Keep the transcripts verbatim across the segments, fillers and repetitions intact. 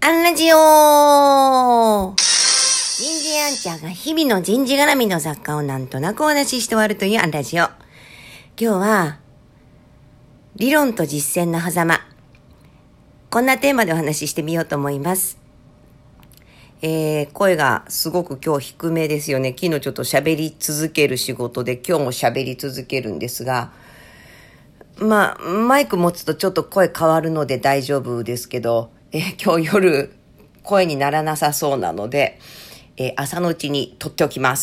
アンラジオ人事アンチャーが日々の人事絡みの雑貨をなんとなくお話しして終わるというアンラジオ。今日は、理論と実践の狭間。こんなテーマでお話ししてみようと思います。えー、声がすごく今日低めですよね。昨日ちょっと喋り続ける仕事で今日も喋り続けるんですが、まあ、マイク持つとちょっと声変わるので大丈夫ですけど、えー、今日夜声にならなさそうなので、えー、朝のうちに撮っておきます。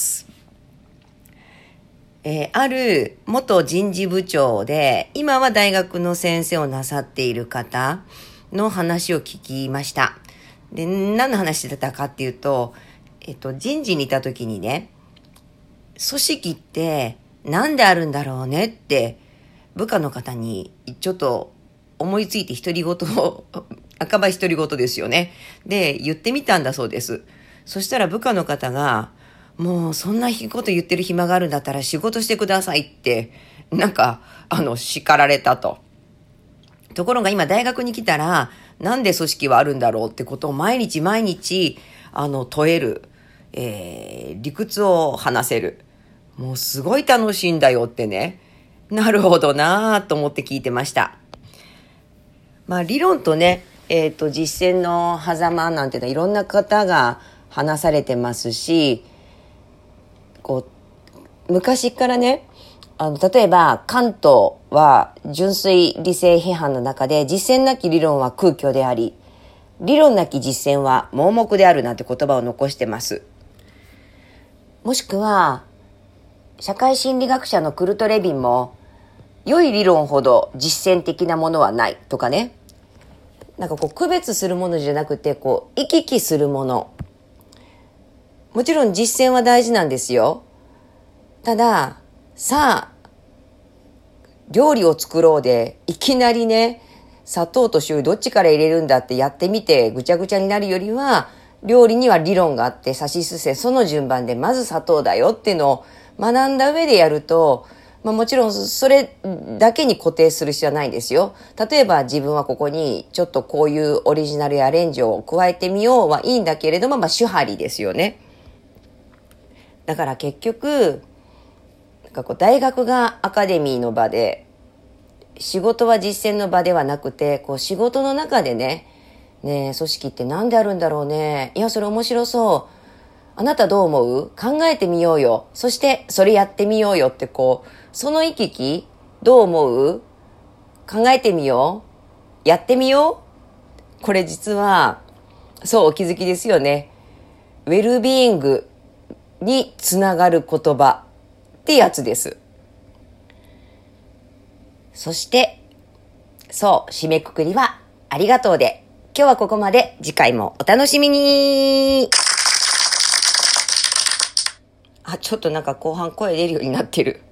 えー、ある元人事部長で、今は大学の先生をなさっている方の話を聞きました。で、何の話だったかっていうと、えっと、人事にいた時にね、組織って何であるんだろうねって部下の方にちょっと思いついて独り言を、赤羽独り言ですよね。で、言ってみたんだそうです。そしたら部下の方が、もうそんなこと言ってる暇があるんだったら仕事してくださいって、なんか、あの、叱られたと。ところが今大学に来たら、なんで組織はあるんだろうってことを毎日毎日、あの、問える、えー、理屈を話せる。もうすごい楽しいんだよってね。なるほどなぁと思って聞いてました。まあ理論とね、えっと、実践の狭間なんていうのはいろんな方が話されてますし、こう、昔からね、あの、例えば、関東は純粋理性批判の中で、実践なき理論は空虚であり、理論なき実践は盲目であるなんて言葉を残してます。もしくは、社会心理学者のクルト・レビンも、良い理論ほど実践的なものはないとかね。なんかこう区別するものじゃなくて、こう行き来するもの。もちろん実践は大事なんですよ。ただ、さあ、料理を作ろうで、いきなりね、砂糖と醤油どっちから入れるんだってやってみてぐちゃぐちゃになるよりは、料理には理論があって、さしすせその順番でまず砂糖だよっていうのを学んだ上でやると、まあもちろんそれだけに固定する必要はないんですよ。例えば自分はここにちょっとこういうオリジナルやアレンジを加えてみようはいいんだけれども、まあ手張りですよね。だから結局、なんかこう大学がアカデミーの場で、仕事は実践の場ではなくて、こう仕事の中でね、ねえ、組織って何であるんだろうね。いや、それ面白そう。あなたどう思う？考えてみようよ。そしてそれやってみようよってこう、その行き来どう思う？考えてみよう。やってみよう。これ実は、そうお気づきですよね。ウェルビーイングにつながる言葉ってやつです。そして、そう、締めくくりはありがとうで。今日はここまで。次回もお楽しみに。あ、ちょっとなんか後半声出るようになってる。